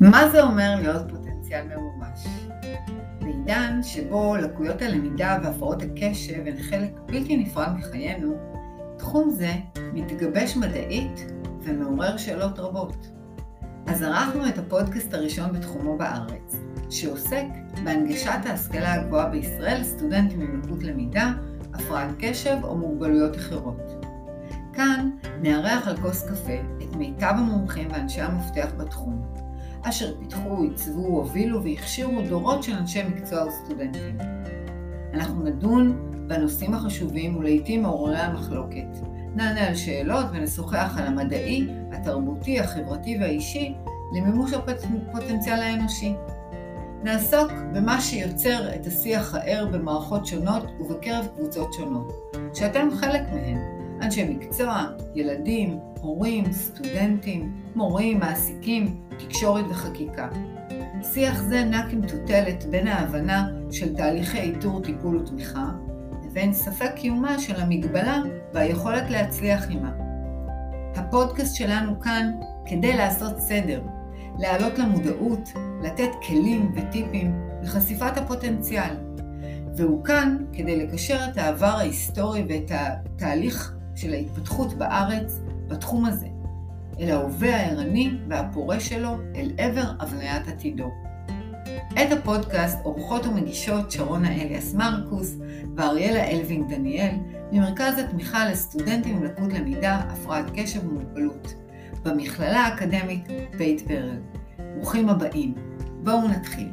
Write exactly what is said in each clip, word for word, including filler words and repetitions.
מה זה אומר להיות פוטנציאל ממומש? בעידן שבו לקויות הלמידה והפרעות הקשב הן חלק בלתי נפרד מחיינו, תחום זה מתגבש מדעית ומעורר שאלות רבות. אז ערכנו את הפודקאסט הראשון בתחומו בארץ, שעוסק בהנגשת ההשכלה הגבוהה בישראל לסטודנטים עם לקות למידה, הפרעת קשב או מוגבלויות אחרות. כאן נארח על כוס קפה את מיטב המומחים ואנשי המפתח בתחום, אשר פיתחו, עיצבו, הובילו והכשירו דורות של אנשי מקצוע וסטודנטים. אנחנו נדון בנושאים החשובים ולעיתים מעוררי המחלוקת, נענה על שאלות ונשוחח על המדעי, התרבותי, החברתי והאישי למימוש הפוטנציאל האנושי. נעסוק במה שיוצר את השיח הער במערכות שונות ובקרב קבוצות שונות, שאתם חלק מהן, אנשי מקצוע, ילדים, הורים, סטודנטים, מורים, מעסיקים, תקשורת וחקיקה. שיח זה נע כמטוטלת בין ההבנה של תהליכי איתור, טיפול ותמיכה, לבין ספק קיומה של המגבלה והיכולת להצליח עימה. הפודקאסט שלנו כאן כדי לעשות סדר, להעלות למודעות, לתת כלים וטיפים לחשיפת הפוטנציאל. והוא כאן כדי לקשר את העבר ההיסטורי ואת התהליך של ההתפתחות בארץ בתחום הזה, אל ההווה הערני והפורה שלו אל עבר הבניית עתידו. את הפודקאסט עורכות ומגישות שרונה אליאס מרקוס ואריאלה אלווינג דניאל ממרכז התמיכה לסטודנטים עם לקות למידה, הפרעת קשב ומוגבלות במכללה האקדמית בית ברל. ברוכים הבאים. בואו נתחיל.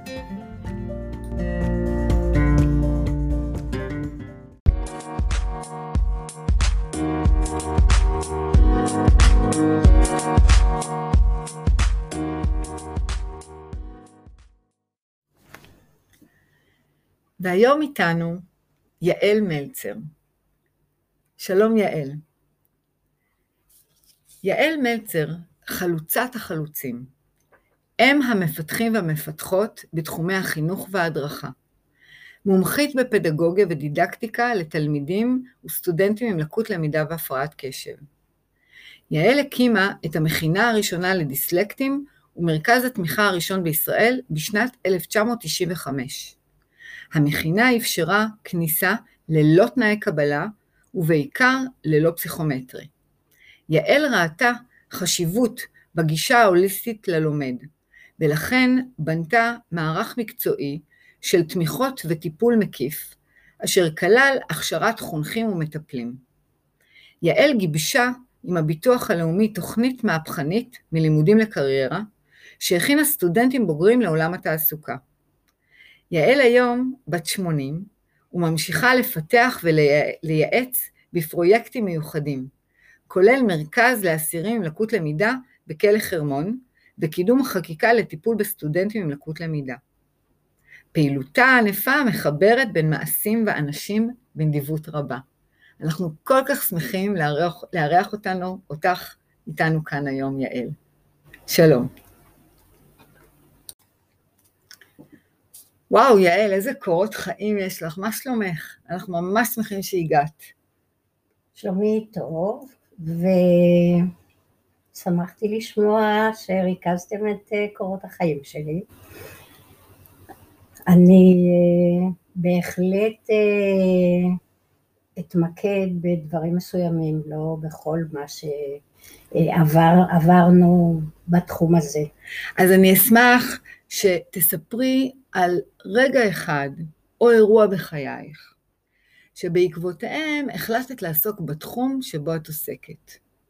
והיום איתנו יעל מלצר. שלום יעל. יעל מלצר חלוצת החלוצים, אם המפתחים והמפתחות בתחומי החינוך וההדרכה, מומחית בפדגוגיה ודידקטיקה לתלמידים וסטודנטים עם לקות למידה והפרעת קשב. יעל הקימה את המכינה הראשונה לדיסלקטים ומרכז התמיכה הראשון בישראל בשנת אלף תשע מאות תשעים וחמש. המכינה אפשרה כניסה ללא תנאי קבלה ובעיקר ללא פסיכומטרי. יעל ראתה חשיבות בגישה ההוליסטית ללומד, ולכן בנתה מערך מקצועי של תמיכות וטיפול מקיף, אשר כלל הכשרת חונכים ומטפלים. יעל גיבשה עם הביטוח הלאומי תוכנית מהפכנית מלימודים לקריירה, שהכינה סטודנטים בוגרים לעולם התעסוקה. יעל היום בת שמונים, וממשיכה לפתח ולייעץ בפרויקטים מיוחדים, כולל מרכז לאסירים עם לקות למידה בכלא חרמון, וקידום החקיקה לטיפול בסטודנטים עם לקות למידה. פעילותה הענפה מחברת בין מעשים ואנשים בנדיבות רבה. אנחנו כל כך שמחים לארח, לארח אותנו, אותך איתנו כאן היום, יעל. שלום. וואו, יעל, איזה קורות חיים יש לך, מה שלומך? אנחנו ממש שמחים שהגעת. שלומי טוב, ושמחתי לשמוע שריכזתם את קורות החיים שלי. אני בהחלט אתמקד בדברים מסוימים, לא בכל מה שעברנו בתחום הזה. אז אני אשמח שתספרי על רגע אחד או אירוע בחייך, שבעקבותיהם החלטת לעסוק בתחום שבו את עוסקת.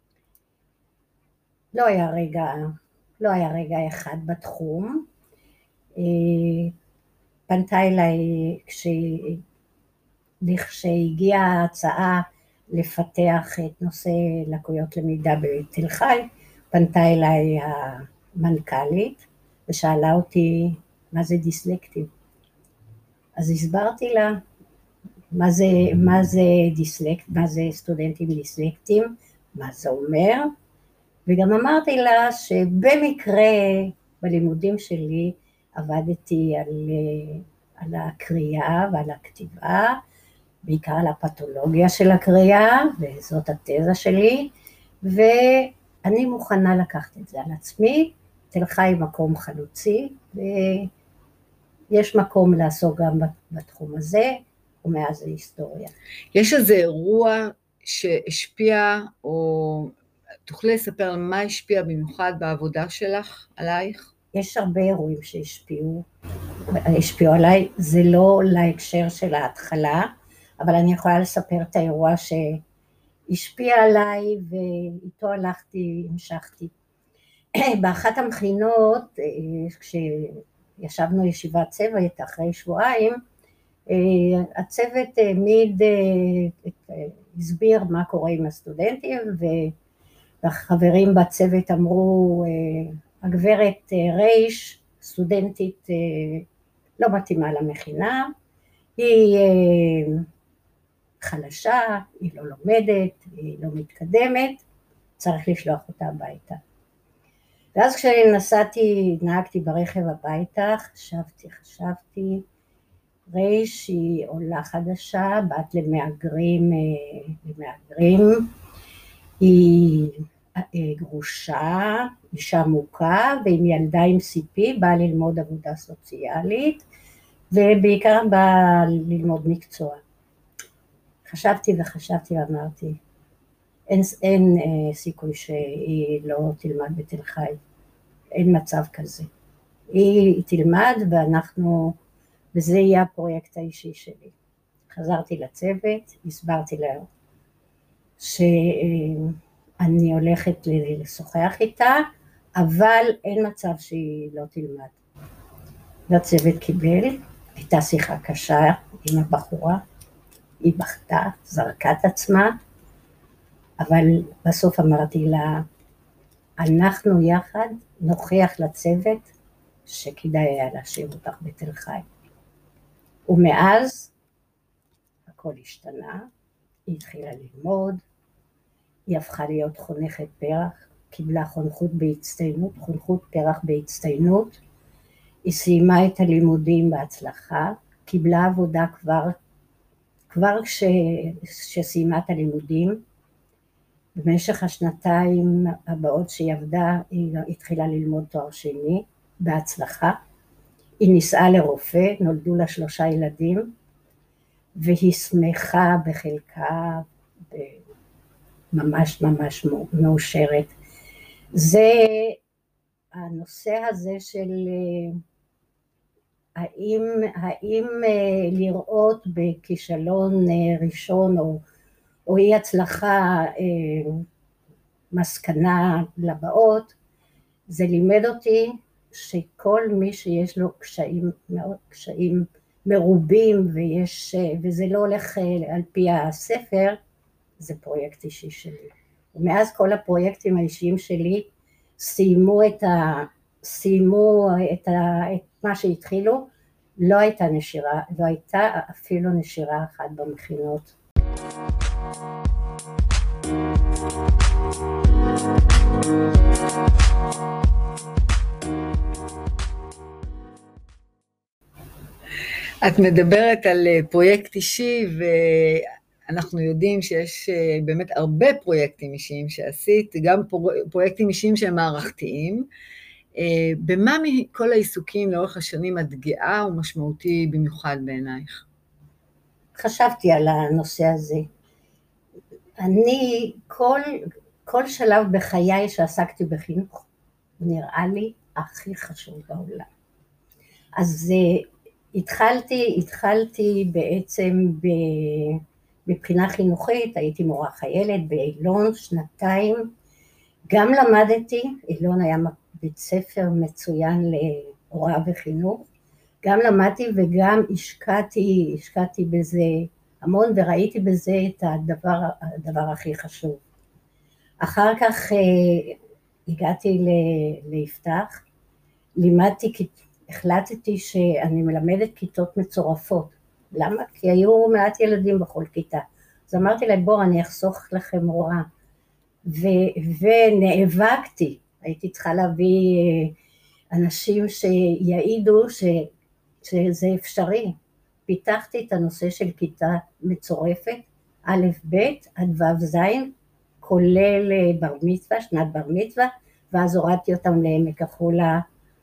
לא היה רגע, לא היה רגע אחד בתחום. פנתה אליי כשהגיעה ההצעה לפתח את נושא לקויות למידה בתל חי, פנתה אליי המנכ"לית ושאלה אותי מה זה דיסלקטים. אז הסברתי לה מה זה, מה זה דיסלקט, מה זה סטודנטים דיסלקטים, מה זה אומר, וגם אמרתי לה שבמקרה בלימודים שלי עבדתי על, על הקריאה ועל הכתיבה, בעיקר על הפתולוגיה של הקריאה, וזאת התזה שלי, ואני מוכנה לקחת את זה על עצמי, תל חי מקום חלוצי, ויש מקום לעסוק גם בתחום הזה, ומאז זה היסטוריה. יש איזה אירוע שהשפיע, או תוכלי לספר על מה השפיע במיוחד בעבודה שלך, עלייך? יש הרבה אירועים שהשפיעו, השפיעו עליי, זה לא להקשר של ההתחלה, אבל אני יכולה לספר את האירוע שהשפיע עליי, ואיתו הלכתי, המשכתי. באחת המכינות, כשישבנו ישיבת צוות אחרי שבועיים, הצוות העמיד, הסביר מה קורה עם הסטודנטים, והחברים בצוות אמרו, הגברת רייש, סטודנטית לא מתאימה למכינה, היא חלשה, היא לא לומדת, היא לא מתקדמת, צריך לשלוח אותה הביתה. ואז כשנסעתי, נהגתי ברכב הביתה, חשבתי, חשבתי, רייש היא עולה חדשה, בת למהגרים, למהגרים, היא גרושה, אישה מוכה, ועם ילדה עם סי פי, באה ללמוד עבודה סוציאלית, ובעיקר באה ללמוד מקצוע. חשבתי וחשבתי ואמרתי, אין, אין אה, סיכוי שהיא לא תלמד בתל חי, אין מצב כזה. היא, היא תלמד ואנחנו, וזה יהיה הפרויקט האישי שלי. חזרתי לצוות, הסברתי לה שאני הולכת לשוחח איתה, אבל אין מצב שהיא לא תלמד. והצוות קיבל, הייתה שיחה קשה עם הבחורה, היא בכתה, זרקה את עצמה, אבל בסוף אמרתי לה, אנחנו יחד נוכיח לצוות שכדאי היה להשאיר אותך בתל חי. ומאז הכל השתנה, היא התחילה ללמוד, היא הפכה להיות חונכת פרח, קיבלה חונכות בהצטיינות, חונכות פרח בהצטיינות, היא סיימה את הלימודים בהצלחה, קיבלה עבודה כבר, כבר כש, כשסיימה את הלימודים, במשך השנתיים הבאות שהיא עבדה, היא התחילה ללמוד תואר שני בהצלחה, היא נישאה לרופא, נולדו לה שלושה ילדים, והיא שמחה בחלקה, ממש ממש מאושרת. זה הנושא הזה של האם, האם לראות בכישלון ראשון או, או אי הצלחה מסקנה לבאות, זה לימד אותי שכל מי שיש לו קשיים, קשיים מרובים ויש, וזה לא הולך על פי הספר, זה פרויקט אישי שלי. ומאז כל הפרויקטים האישיים שלי סיימו את, ה, סיימו את, ה, את מה שהתחילו, לא הייתה נשירה, לא הייתה אפילו נשירה אחת במכינות. את מדברת על פרויקט אישי, ואנחנו יודעים שיש באמת הרבה פרויקטים אישיים שעשית, גם פרויקטים אישיים שהם מערכתיים. במה מכל העיסוקים לאורך השנים את גאה ומשמעותי במיוחד בעינייך? חשבתי על הנושא הזה. אני, כל, כל שלב בחיי שעסקתי בחינוך, נראה לי הכי חשוב בעולם. אז התחלתי, התחלתי בעצם בבחינה חינוכית, הייתי מורה חיילת באילון שנתיים, גם למדתי, אילון היה בית ספר מצוין להוראה וחינוך, גם למדתי וגם השקעתי, השקעתי בזה המון וראיתי בזה את הדבר, הדבר הכי חשוב. אחר כך הגעתי ליפתח, לימדתי, החלטתי שאני מלמדת כיתות מצורפות. למה? כי היו מעט ילדים בכל כיתה. אז אמרתי להם, בואו אני אחסוך לכם הוראה. ו- ונאבקתי, הייתי צריכה להביא אנשים שיעידו ש- שזה אפשרי. פיתחתי את הנושא של כיתה מצורפת, א' ב' עד ו' ז', כולל בר מצווה, שנת בר מצווה, ואז הורדתי אותם לעמק החולה,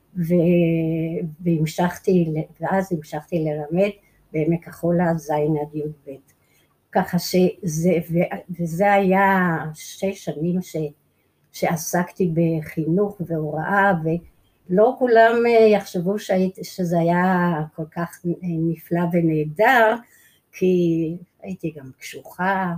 והמשכתי, ואז המשכתי ללמד בעמק החולה זין עד י"ב. ככה שזה, וזה היה שש שנים ש, שעסקתי בחינוך והוראה, ולא כולם יחשבו שהיית, שזה היה כל כך נפלא ונהדר, כי הייתי גם קשוחה,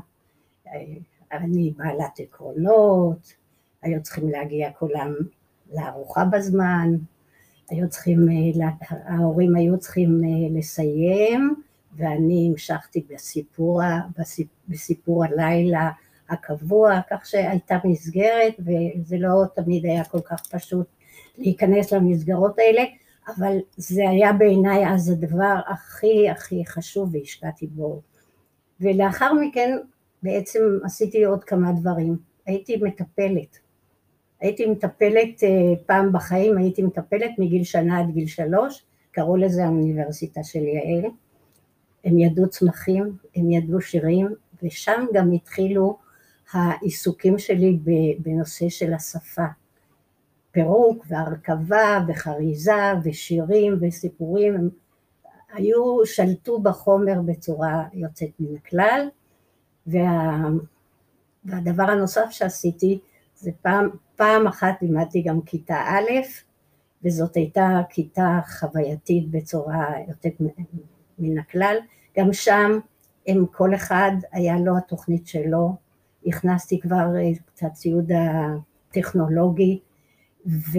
אני בעלת עקרונות, היו צריכים להגיע כולם לארוחה בזמן, היו צריכים, ההורים היו צריכים לסיים, ואני המשכתי בסיפור, בסיפור הלילה הקבוע, כך שהייתה מסגרת, וזה לא תמיד היה כל כך פשוט להיכנס למסגרות האלה, אבל זה היה בעיניי אז הדבר הכי הכי חשוב והשקעתי בו. ולאחר מכן בעצם עשיתי עוד כמה דברים, הייתי מטפלת. הייתי מטפלת פעם בחיים, הייתי מטפלת מגיל שנה עד גיל שלוש, קראו לזה האוניברסיטה של יעל, הם ידעו צמחים, הם ידעו שירים, ושם גם התחילו העיסוקים שלי בנושא של השפה, פירוק והרכבה וחריזה ושירים וסיפורים, הם היו, שלטו בחומר בצורה יוצאת מן הכלל, וה, והדבר הנוסף שעשיתי, זה פעם, פעם אחת לימדתי גם כיתה א', וזאת הייתה כיתה חווייתית בצורה יוצאת מן הכלל, גם שם הם כל אחד היה לו התוכנית שלו, הכנסתי כבר קצת ציוד הטכנולוגי, ו,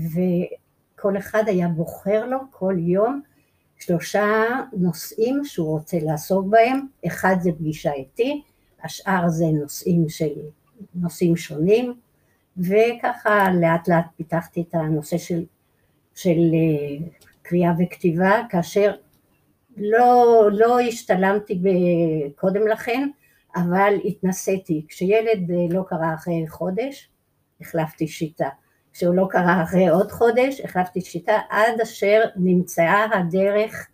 וכל אחד היה בוחר לו כל יום שלושה נושאים שהוא רוצה לעסוק בהם, אחד זה פגישה איתי, השאר זה נושאים של נושאים שונים, וככה לאט לאט פיתחתי את הנושא של, של קריאה וכתיבה, כאשר לא, לא השתלמתי קודם לכן, אבל התנסיתי. כשילד לא קרא אחרי חודש, החלפתי שיטה. כשהוא לא קרא אחרי עוד חודש, החלפתי שיטה, עד אשר נמצאה הדרך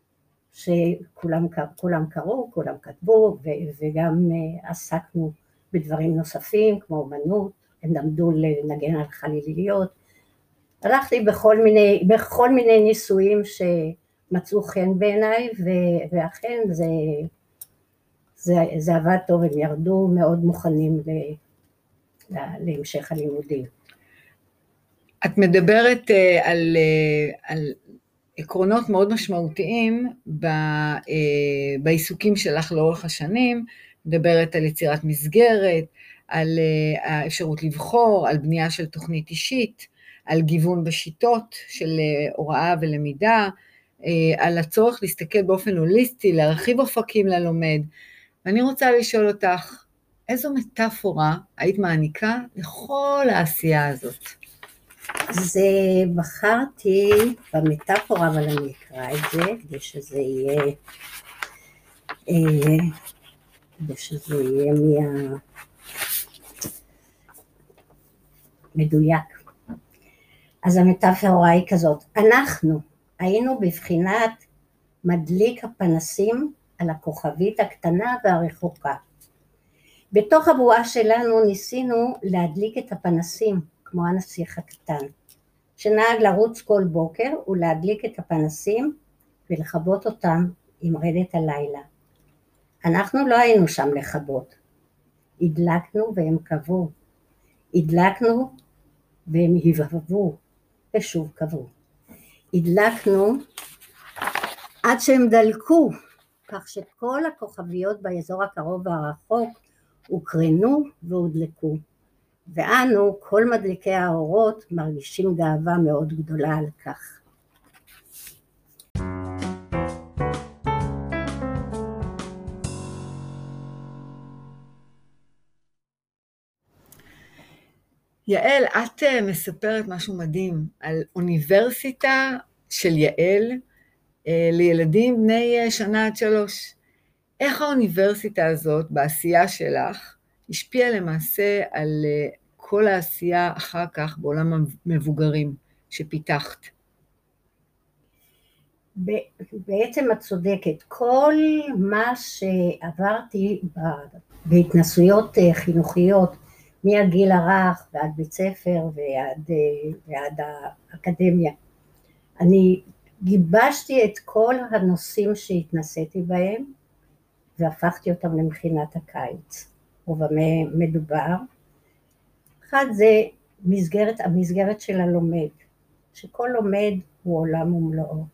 שכולם כולם קראו, כולם כתבו, וגם עסקנו בדברים נוספים, כמו אומנות, הם למדו לנגן על חליליות. הלכתי בכל מיני, בכל מיני ניסויים שמצאו חן בעיניי, ואכן זה, זה, זה עבד טוב, הם ירדו מאוד מוכנים ל, להמשך הלימודים. את מדברת על, על עקרונות מאוד משמעותיים בעיסוקים שלך לאורך השנים, מדברת על יצירת מסגרת, על האפשרות לבחור, על בנייה של תוכנית אישית, על גיוון בשיטות של הוראה ולמידה, על הצורך להסתכל באופן הוליסטי, להרחיב אופקים ללומד. ואני רוצה לשאול אותך, איזו מטאפורה היית מעניקה לכל העשייה הזאת? אז בחרתי במטאפורה, אבל אני אקרא את זה, כדי שזה יהיה, כדי שזה יהיה מה... מדויק. אז המטאפורה היא כזאת, אנחנו היינו בבחינת מדליק הפנסים על הכוכבית הקטנה והרחוקה. בתוך הבועה שלנו ניסינו להדליק את הפנסים, כמו הנסיך הקטן, שנהג לרוץ כל בוקר ולהדליק את הפנסים ולכבות אותם עם רדת הלילה. אנחנו לא היינו שם לכבות, הדלקנו והם קבעו, הדלקנו והם הבהבו ושוב קבעו. הדלקנו עד שהם דלקו, כך שכל הכוכביות באזור הקרוב והרחוק הוקרנו והודלקו. ואנו, כל מדליקי האורות, מרגישים גאווה מאוד גדולה על כך. יעל, את מספרת משהו מדהים על אוניברסיטה של יעל לילדים בני שנה עד שלוש. איך האוניברסיטה הזאת בעשייה שלך השפיעה למעשה על כל העשייה אחר כך בעולם המבוגרים שפיתחת? בעצם את צודקת, כל מה שעברתי בהתנסויות חינוכיות מהגיל הרך ועד בית ספר ועד, ועד האקדמיה. אני גיבשתי את כל הנושאים שהתנסיתי בהם, והפכתי אותם למכינת הקיץ, ובמה מדובר. אחד זה מסגרת, המסגרת של הלומד, שכל לומד הוא עולם ומלואו,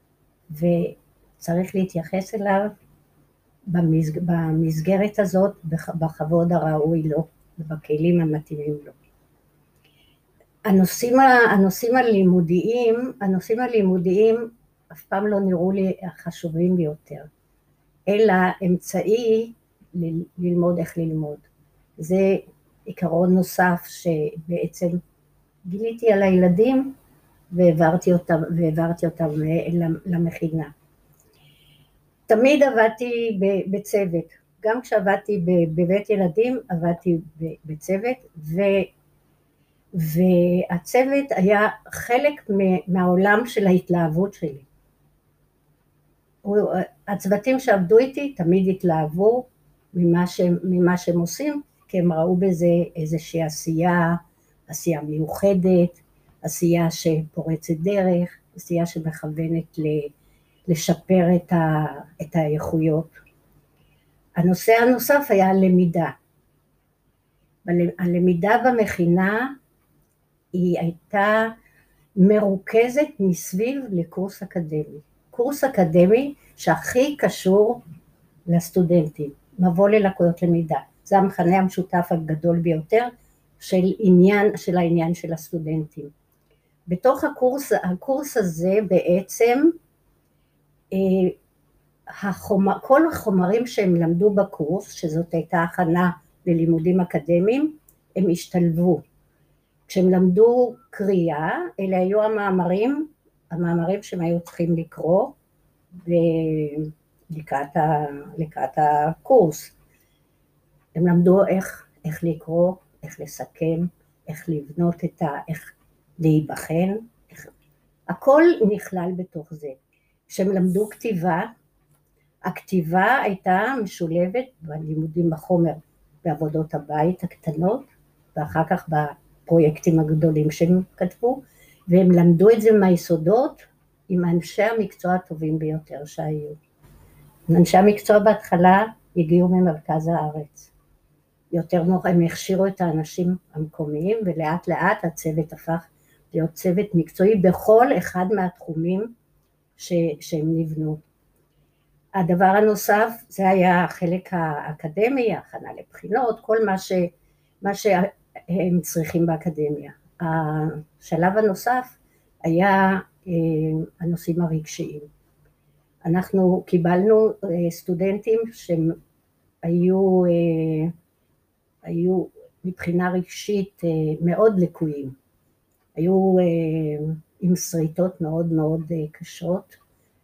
וצריך להתייחס אליו במסג... במסגרת הזאת בכבוד הראוי לו, ובכלים המתאימים לו. הנושאים, הנושאים הלימודיים, הנושאים הלימודיים אף פעם לא נראו לי החשובים ביותר, אלא אמצעי ל... ללמוד איך ללמוד. זה עיקרון נוסף שבעצם גיליתי על הילדים והעברתי אותם, והעברתי אותם למכינה. תמיד עבדתי בצוות, גם כשעבדתי בבית ילדים עבדתי בצוות, ו, והצוות היה חלק מהעולם של ההתלהבות שלי. הצוותים שעבדו איתי תמיד התלהבו ממה שהם, ממה שהם עושים, כי הם ראו בזה איזושהי עשייה, עשייה מיוחדת, עשייה שפורצת דרך, עשייה שמכוונת לשפר את, ה, את האיכויות. הנושא הנוסף היה הלמידה. הלמידה במכינה היא הייתה מרוכזת מסביב לקורס אקדמי. קורס אקדמי שהכי קשור לסטודנטים, מבוא ללקויות למידה. זה המכנה המשותף הגדול ביותר של עניין, של העניין של הסטודנטים. בתוך הקורס, הקורס הזה בעצם, החומר, כל החומרים שהם למדו בקורס, שזאת הייתה הכנה ללימודים אקדמיים, הם השתלבו. כשהם למדו קריאה, אלה היו המאמרים, המאמרים שהם היו צריכים לקרוא לקראת, לקראת הקורס. הם למדו איך, איך לקרוא, איך לסכם, איך לבנות את ה... איך להיבחן, איך... הכל נכלל בתוך זה. כשהם למדו כתיבה, הכתיבה הייתה משולבת בלימודים בחומר, בעבודות הבית הקטנות, ואחר כך בפרויקטים הגדולים שהם כתבו, והם למדו את זה מהיסודות עם אנשי המקצוע הטובים ביותר שהיו. אנשי המקצוע בהתחלה הגיעו ממרכז הארץ. יותר נוח, הם הכשירו את האנשים המקומיים, ולאט לאט הצוות הפך להיות צוות מקצועי בכל אחד מהתחומים ש, שהם נבנו. הדבר הנוסף, זה היה החלק האקדמי, הכנה לבחינות, כל מה, ש, מה שהם צריכים באקדמיה. השלב הנוסף היה הנושאים הרגשיים. אנחנו קיבלנו סטודנטים שהם היו, היו מבחינה רגשית מאוד לקויים, היו עם שריטות מאוד מאוד קשות,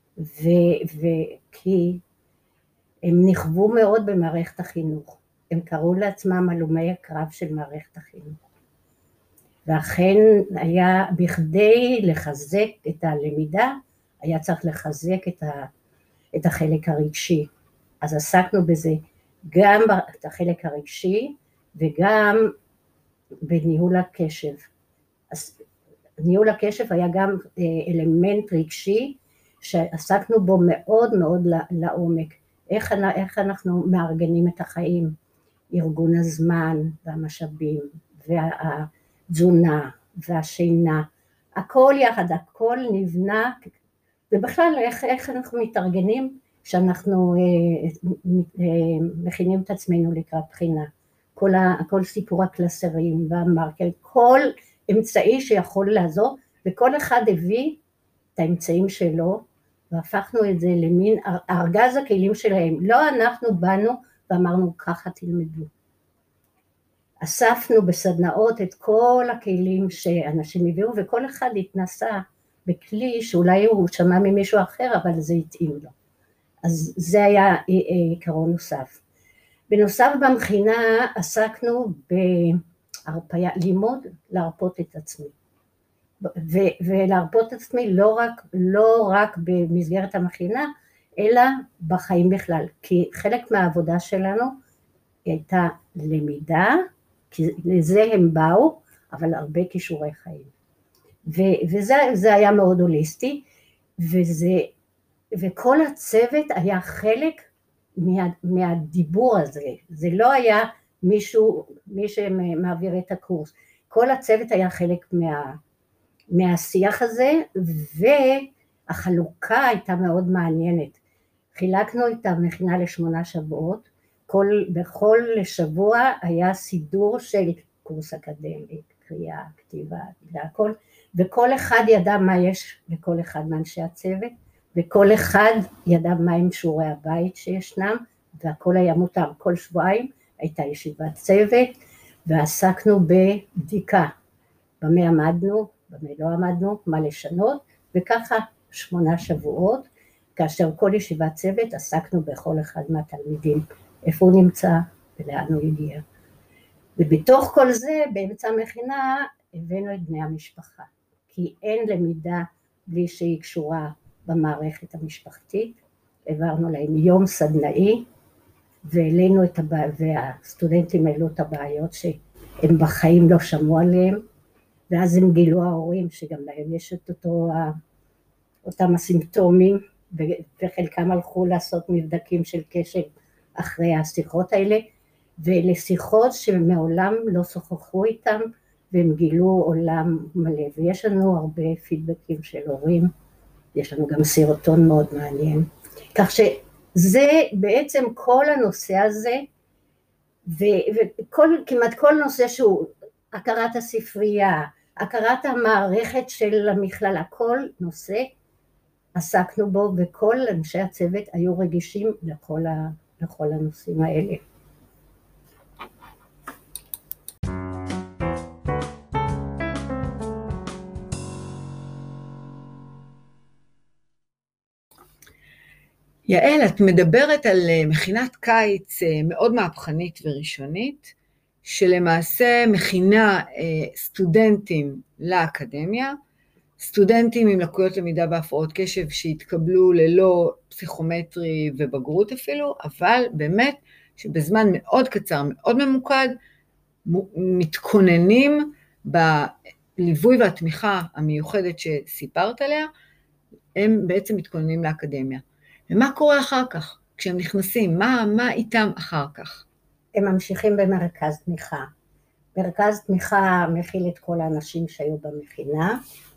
וכי הם נכוו מאוד במערכת החינוך, הם קראו לעצמם הלומי הקרב של מערכת החינוך, ואכן היה בכדי לחזק את הלמידה, היה צריך לחזק את, ה, את החלק הרגשי, אז עסקנו בזה גם את החלק הרגשי וגם בניהול הקשב. אז ניהול הקשב היה גם אלמנט רגשי שעסקנו בו מאוד מאוד לעומק, איך, איך אנחנו מארגנים את החיים, ארגון הזמן והמשאבים והתזונה והשינה, הכל יחד, הכל נבנה, ובכלל איך, איך אנחנו מתארגנים שאנחנו אה, אה, מכינים את עצמנו לקראת בחינה, כל, ה, כל סיפור הקלסרים והמרקר, כל אמצעי שיכול לעזור, וכל אחד הביא את האמצעים שלו, והפכנו את זה למין ארגז הכלים שלהם, לא אנחנו באנו ואמרנו ככה תלמדו. אספנו בסדנאות את כל הכלים שאנשים הביאו, וכל אחד התנסה בכלי שאולי הוא שמע ממישהו אחר, אבל זה התאים לו. אז זה היה עיקרון נוסף. בנוסף במכינה עסקנו בהרפיה, לימוד להרפות את עצמי. ו- ולהרפות את עצמי לא רק, לא רק במסגרת המכינה, אלא בחיים בכלל. כי חלק מהעבודה שלנו הייתה למידה, כי לזה הם באו, אבל הרבה כישורי חיים. ו- וזה זה היה מאוד הוליסטי, וזה, וכל הצוות היה חלק מה, מהדיבור הזה, זה לא היה מישהו, מי שמעביר את הקורס, כל הצוות היה חלק מה, מהשיח הזה, והחלוקה הייתה מאוד מעניינת. חילקנו את המכינה לשמונה שבועות, כל, בכל שבוע היה סידור של קורס אקדמי, קריאה, כתיבה, והכל, וכל אחד ידע מה יש לכל אחד מאנשי הצוות, וכל אחד ידע מה עם שיעורי הבית שישנם, והכל היה מותר. כל שבועיים הייתה ישיבת צוות, ועסקנו בבדיקה, במה עמדנו, במה לא עמדנו, מה לשנות, וככה שמונה שבועות, כאשר כל ישיבת צוות עסקנו בכל אחד מהתלמידים, איפה הוא נמצא ולאן הוא הגיע. ובתוך כל זה, באמצע המכינה, הבאנו את בני המשפחה, כי אין למידה בלי שהיא קשורה במערכת המשפחתית, העברנו להם יום סדנאי, והעלינו את הבעיות, והסטודנטים העלו את הבעיות שהם בחיים לא שמעו עליהם, ואז הם גילו ההורים שגם להם יש את אותו, אותם הסימפטומים, וחלקם הלכו לעשות מבדקים של קשב אחרי השיחות האלה, ולשיחות שמעולם לא שוחחו איתם, והם גילו עולם מלא, ויש לנו הרבה פידבקים של הורים, יש לנו גם סרטון מאוד מעניין, כך שזה בעצם כל הנושא הזה, וכמעט כל נושא שהוא הכרת הספרייה, הכרת המערכת של המכללה, כל נושא עסקנו בו, וכל אנשי הצוות היו רגישים לכל, ה, לכל הנושאים האלה. יעל, את מדברת על מכינת קיץ מאוד מהפכנית וראשונית, שלמעשה מכינה סטודנטים לאקדמיה, סטודנטים עם לקויות למידה בהפרעות קשב שהתקבלו ללא פסיכומטרי ובגרות אפילו, אבל באמת שבזמן מאוד קצר, מאוד ממוקד, מתכוננים בליווי והתמיכה המיוחדת שסיפרת עליה, הם בעצם מתכוננים לאקדמיה. ומה קורה אחר כך, כשהם נכנסים? מה, מה איתם אחר כך? הם ממשיכים במרכז תמיכה. מרכז תמיכה מכיל את כל האנשים שהיו במכינה.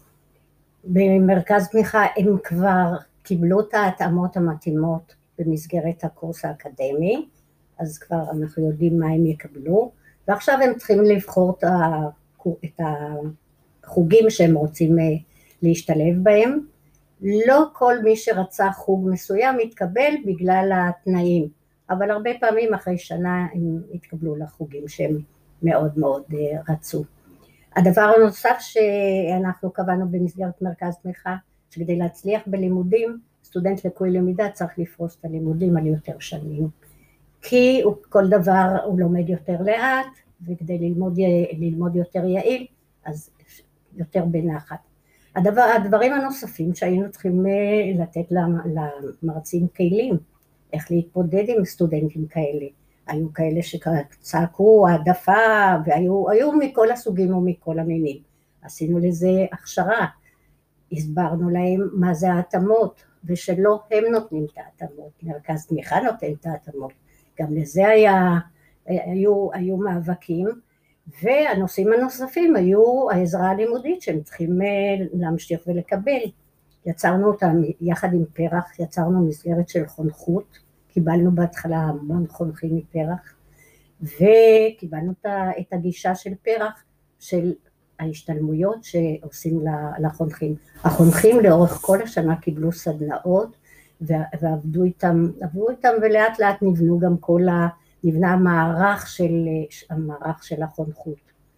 במרכז תמיכה הם כבר קיבלו את ההתאמות המתאימות במסגרת הקורס האקדמי, אז כבר אנחנו יודעים מה הם יקבלו, ועכשיו הם צריכים לבחור את החוגים שהם רוצים להשתלב בהם. לא כל מי שרצה חוג מסוים התקבל בגלל התנאים, אבל הרבה פעמים אחרי שנה הם התקבלו לחוגים שהם מאוד מאוד רצו. הדבר הנוסף שאנחנו קבענו במסגרת מרכז תמיכה, שכדי להצליח בלימודים, סטודנט לקוי למידה צריך לפרוס את הלימודים על יותר שנים, כי הוא, כל דבר הוא לומד יותר לאט, וכדי ללמוד, ללמוד יותר יעיל, אז יותר בנחת. הדבר, הדברים הנוספים שהיינו צריכים לתת למרצים כלים, איך להתמודד עם סטודנטים כאלה. היו כאלה שצעקו העדפה, והיו היו מכל הסוגים ומכל המינים. עשינו לזה הכשרה, הסברנו להם מה זה ההתאמות, ושלא הם נותנים את ההתאמות, מרכז תמיכה נותן את ההתאמות. גם לזה היה, היו, היו מאבקים, והנושאים הנוספים היו העזרה הלימודית שהם צריכים להמשיך ולקבל. יצרנו אותם יחד עם פרח, יצרנו מסגרת של חונכות, קיבלנו בהתחלה המון חונכים מפרח, וקיבלנו את הגישה של פרח של ההשתלמויות שעושים לחונכים. החונכים לאורך כל השנה קיבלו סדנאות, ועבדו איתם, עבדו איתם ולאט לאט נבנו גם כל ה... נבנה המערך של, המערך של החונכות.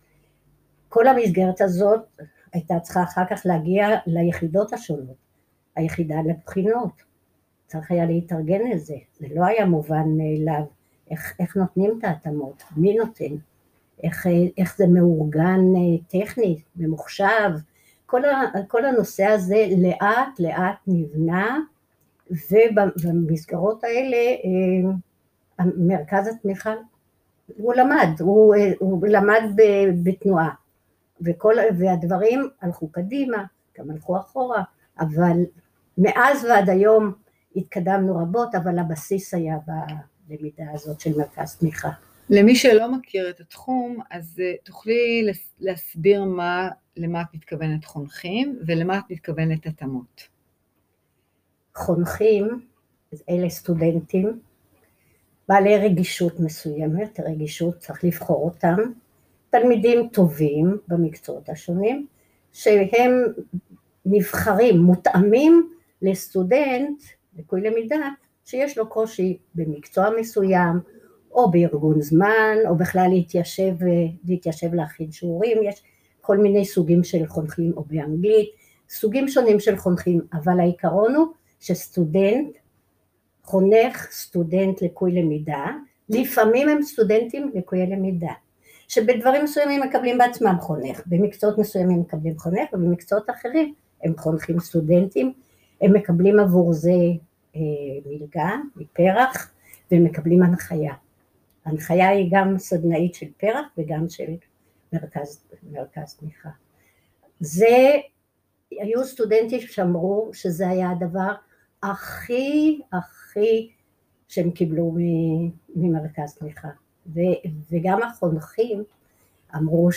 כל המסגרת הזאת הייתה צריכה אחר כך להגיע ליחידות השונות, היחידה לבחינות, צריך היה להתארגן לזה, זה לא היה מובן מאליו, איך, איך נותנים את ההתאמות, מי נותן, איך, איך זה מאורגן טכני, ממוחשב, כל, ה, כל הנושא הזה לאט לאט נבנה, ובמסגרות האלה, מרכז התמיכה הוא למד, הוא, הוא למד בתנועה, וכל, והדברים הלכו קדימה, גם הלכו אחורה, אבל מאז ועד היום התקדמנו רבות, אבל הבסיס היה בלמידה הזאת של מרכז תמיכה. למי שלא מכיר את התחום, אז תוכלי להסביר מה, למה את מתכוונת חונכים, ולמה את מתכוונת התאמות. חונכים, אלה סטודנטים, בעלי רגישות מסוימת, רגישות צריך לבחור אותם, תלמידים טובים במקצועות השונים, שהם נבחרים, מותאמים לסטודנט, לקוי למידה, שיש לו קושי במקצוע מסוים, או בארגון זמן, או בכלל להתיישב, להתיישב להכין שיעורים, יש כל מיני סוגים של חונכים, או באנגלית, סוגים שונים של חונכים, אבל העיקרון הוא שסטודנט, חונך סטודנט לקוי למידה, לפעמים הם סטודנטים לקוי למידה, שבדברים מסוימים מקבלים בעצמם חונך, במקצועות מסוימים מקבלים חונך, ובמקצועות אחרים הם חונכים סטודנטים, הם מקבלים עבור זה אה, מלגה, מפרח, והם מקבלים הנחיה. ההנחיה היא גם סדנאית של פרח וגם של מרכז, מרכז תמיכה. זה, היו סטודנטים שאמרו שזה היה הדבר הכי הכי שהם קיבלו ממרכז תמיכה, וגם החונכים אמרו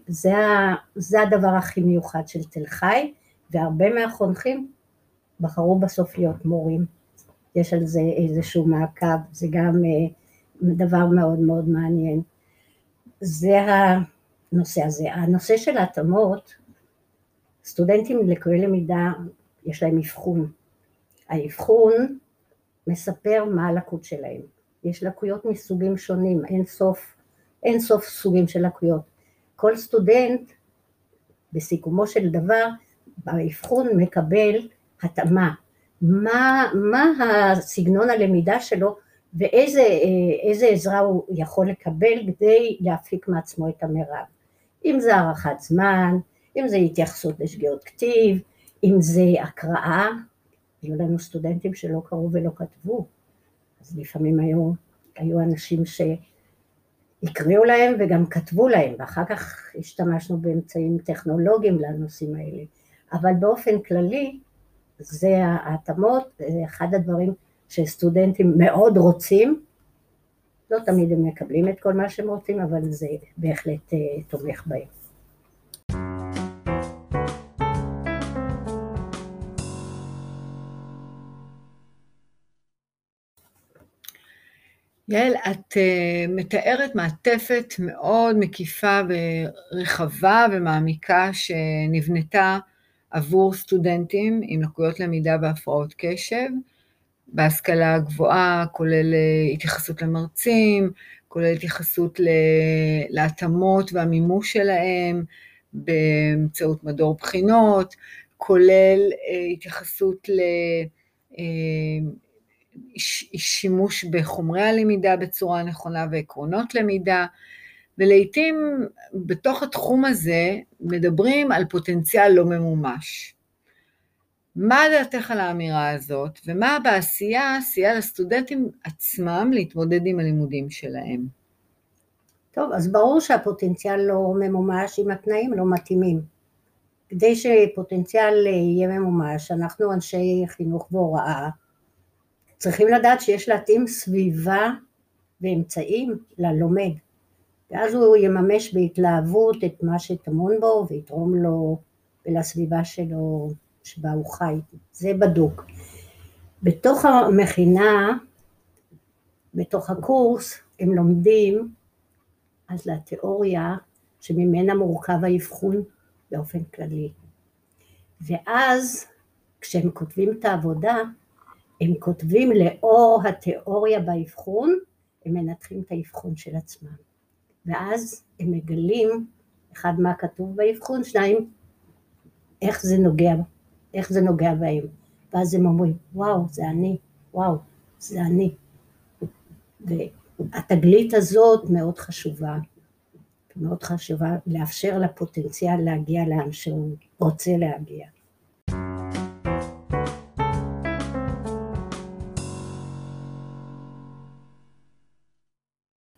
שזה הדבר הכי מיוחד של תל חי, והרבה מהחונכים בחרו בסוף להיות מורים. יש על זה איזשהו מעקב, זה גם דבר מאוד מאוד מעניין. זה הנושא הזה. הנושא של ההתאמות, סטודנטים לקויי למידה יש להם אבחון. האבחון מספר מה הלקות שלהם. יש לקויות מסוגים שונים, אין סוף, אין סוף סוגים של לקויות. כל סטודנט בסיכומו של דבר באבחון מקבל התאמה. מה, מה הסגנון הלמידה שלו ואיזה איזה עזרה הוא יכול לקבל כדי להפיק מעצמו את המרב. אם זה הערכת זמן, אם זה התייחסות לשגיאות כתיב, אם זה הקראה, היו לנו סטודנטים שלא קראו ולא כתבו, אז לפעמים היו, היו אנשים שהקריאו להם וגם כתבו להם, ואחר כך השתמשנו באמצעים טכנולוגיים לנושאים האלה, אבל באופן כללי, זה ההתאמות, זה אחד הדברים שסטודנטים מאוד רוצים, לא תמיד הם מקבלים את כל מה שהם רוצים, אבל זה בהחלט תומך בהם. יעל, את uh, מתארת מעטפת מאוד מקיפה ורחבה ומעמיקה שנבנתה עבור סטודנטים עם לקויות למידה והפרעות קשב, בהשכלה הגבוהה, כולל התייחסות למרצים, כולל התייחסות להתאמות והמימוש שלהם באמצעות מדור בחינות, כולל התייחסות ל... שימוש בחומרי הלמידה בצורה נכונה ועקרונות למידה, ולעיתים בתוך התחום הזה מדברים על פוטנציאל לא ממומש. מה דעתך על האמירה הזאת, ומה בעשייה סייע לסטודנטים עצמם להתמודד עם הלימודים שלהם? טוב, אז ברור שהפוטנציאל לא ממומש אם התנאים לא מתאימים. כדי שפוטנציאל יהיה ממומש, אנחנו אנשי חינוך והוראה, צריכים לדעת שיש להתאים סביבה ואמצעים ללומד, ואז הוא יממש בהתלהבות את מה שטמון בו ויתרום לו ולסביבה שלו שבה הוא חי, זה בדוק. בתוך המכינה, בתוך הקורס, הם לומדים אז לתיאוריה שממנה מורכב האבחון באופן כללי, ואז כשהם כותבים את העבודה, הם כותבים לאור התיאוריה באבחון, הם מנתחים את האבחון של עצמם. ואז הם מגלים, אחד מה כתוב באבחון, שניים, איך זה נוגע, איך זה נוגע בהם. ואז הם אומרים, וואו, זה אני, וואו, זה אני. והתגלית הזאת מאוד חשובה, מאוד חשובה לאפשר לפוטנציאל להגיע לאן שהוא רוצה להגיע.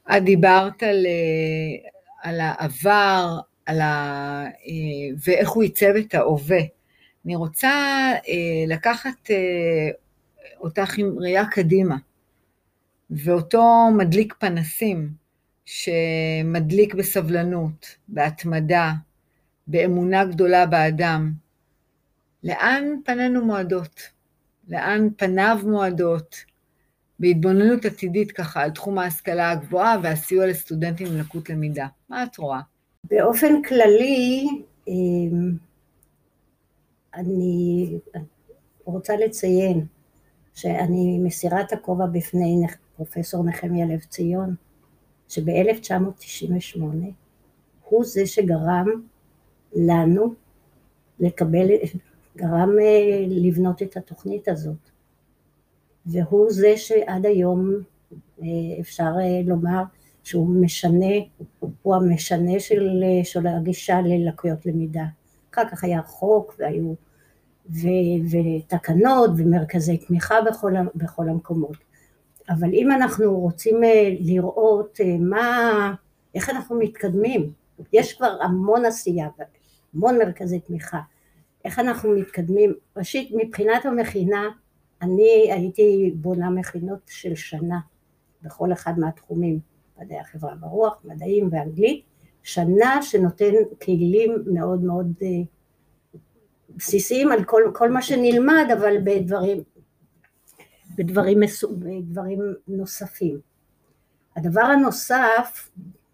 את דיברת על, על העבר, על ה, ואיך הוא ייצב את ההווה. אני רוצה לקחת אותך עם ראייה קדימה, ואותו מדליק פנסים, שמדליק בסבלנות, בהתמדה, באמונה גדולה באדם. לאן פנינו מועדות? לאן פניו מועדות? בהתבוננות עתידית ככה על תחום ההשכלה הגבוהה והסיוע לסטודנטים עם לקות למידה. מה את רואה? באופן כללי, אני רוצה לציין שאני מסירה את הכובע בפני פרופסור נחמיה לב ציון, שב-אלף תשע מאות תשעים ושמונה הוא זה שגרם לנו לקבל, גרם לבנות את התוכנית הזאת. והוא זה שעד היום אפשר לומר שהוא משנה, הוא המשנה של, של הגישה ללקויות למידה. אחר כך היה חוק והיו ו, ותקנות ומרכזי תמיכה בכל, בכל המקומות. אבל אם אנחנו רוצים לראות מה, איך אנחנו מתקדמים, יש כבר המון עשייה, המון מרכזי תמיכה, איך אנחנו מתקדמים, ראשית מבחינת המכינה, אני הייתי בונה מכינות של שנה, בכל אחד מהתחומים, מדעי החברה ברוח, מדעים ואנגלית, שנה שנותן כלים מאוד מאוד בסיסיים על כל, כל מה שנלמד, אבל בדברים, בדברים, בדברים נוספים. הדבר הנוסף,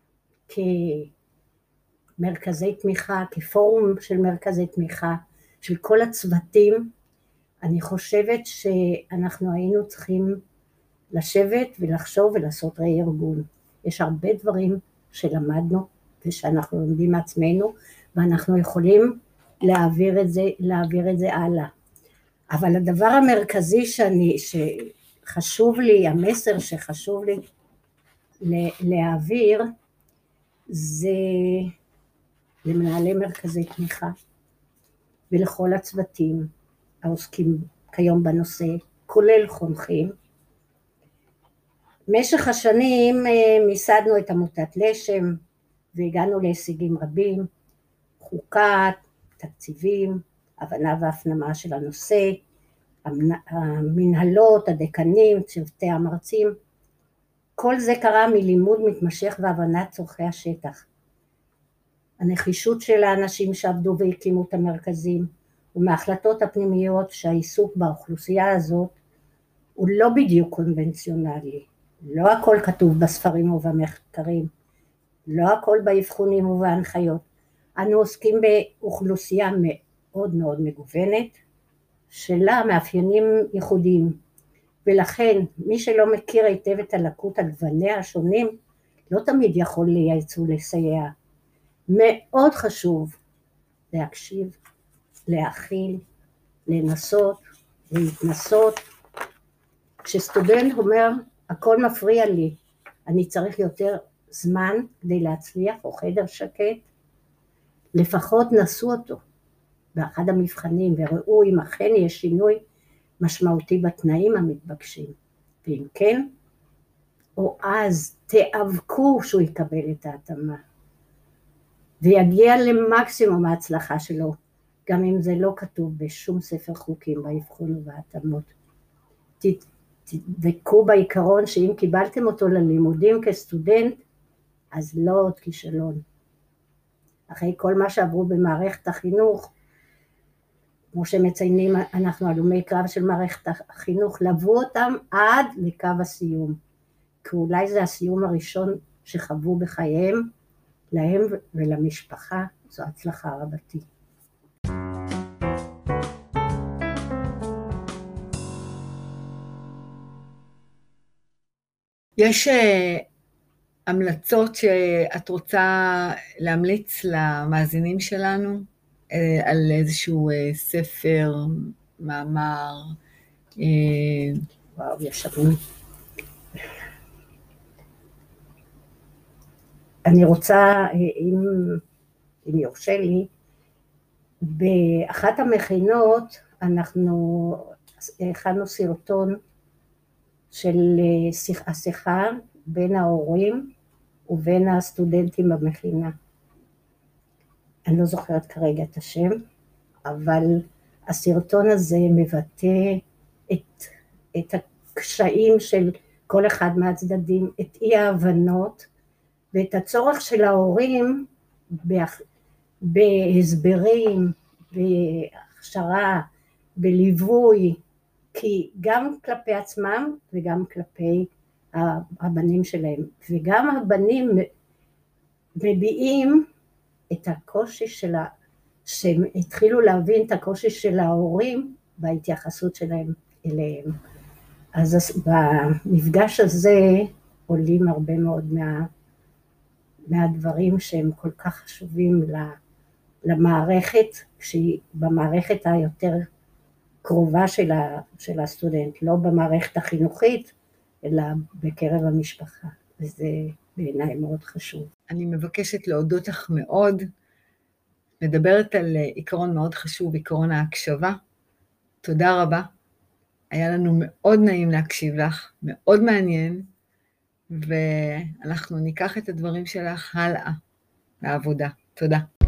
כמרכזי תמיכה, כפורום של מרכזי תמיכה, של כל הצוותים, אני חושבת שאנחנו היינו צריכים לשבת ולחשוב ולעשות רה-ארגון. יש הרבה דברים שלמדנו ושאנחנו לומדים מעצמנו, ואנחנו יכולים להעביר את זה, להעביר את זה הלאה. אבל הדבר המרכזי שאני, שחשוב לי, המסר שחשוב לי להעביר, זה למנהלי מרכזי תמיכה, ולכל הצוותים העוסקים כיום בנושא, כולל חונכים. במשך השנים מיסדנו את עמותת לשם, והגענו להישגים רבים, חוקה, תקציבים, הבנה והפנמה של הנושא, המנהלות, הדקנים, צוותי המרצים, כל זה קרה מלימוד מתמשך והבנת צורכי השטח. הנחישות של האנשים שעבדו והקימו את המרכזים, ומההחלטות הפנימיות שהעיסוק באוכלוסייה הזאת, הוא לא בדיוק קונבנציונלי. לא הכל כתוב בספרים ובמחקרים, לא הכל באבחונים ובהנחיות. אנו עוסקים באוכלוסייה מאוד מאוד מגוונת, שלה מאפיינים ייחודיים, ולכן מי שלא מכיר היטב את הלקות על גווניה השונים, לא תמיד יכול לייעץ ולסייע. מאוד חשוב להקשיב, להכיל, לנסות, להתנסות. כשסטודנט אומר, הכל מפריע לי, אני צריך יותר זמן כדי להצליח, או חדר שקט, לפחות נסו אותו באחד המבחנים, וראו אם אכן יש שינוי משמעותי בתנאים המתבקשים. ואם כן, או אז תיאבקו שהוא יקבל את ההתאמה, ויגיע למקסימום ההצלחה שלו, גם אם זה לא כתוב בשום ספר חוקים באבחון ובהתאמות. תדבקו בעיקרון שאם קיבלתם אותו ללימודים כסטודנט, אז לא עוד כישלון. אחרי כל מה שעברו במערכת החינוך, כמו שמציינים, אנחנו הלומי קרב של מערכת החינוך, לבוא אותם עד לקו הסיום. כי אולי זה הסיום הראשון שחוו בחייהם, להם ולמשפחה, זו הצלחה רבתי. יש המלצות שאת רוצה להמליץ למאזינים שלנו על איזשהו ספר, מאמר? וואו, יש המון. אני רוצה, אם, אם יורשה לי, באחת המכינות אנחנו הכנו סרטון של השיחה בין ההורים ובין הסטודנטים במכינה. אני לא זוכרת כרגע את השם, אבל הסרטון הזה מבטא את, את הקשיים של כל אחד מהצדדים, את אי ההבנות, ואת הצורך של ההורים בהסברים, בהכשרה, בליווי, כי גם כלפי עצמם וגם כלפי הבנים שלהם, וגם הבנים מביעים את הקושי שלה, שהם התחילו להבין את הקושי של ההורים בהתייחסות שלהם אליהם. אז במפגש הזה עולים הרבה מאוד מה, מהדברים שהם כל כך חשובים למערכת, כשהיא במערכת היותר קרובה של, ה, של הסטודנט, לא במערכת החינוכית, אלא בקרב המשפחה, וזה בעיניי מאוד חשוב. אני מבקשת להודות לך מאוד, מדברת על עיקרון מאוד חשוב, עיקרון ההקשבה. תודה רבה, היה לנו מאוד נעים להקשיב לך, מאוד מעניין, ואנחנו ניקח את הדברים שלך הלאה לעבודה. תודה.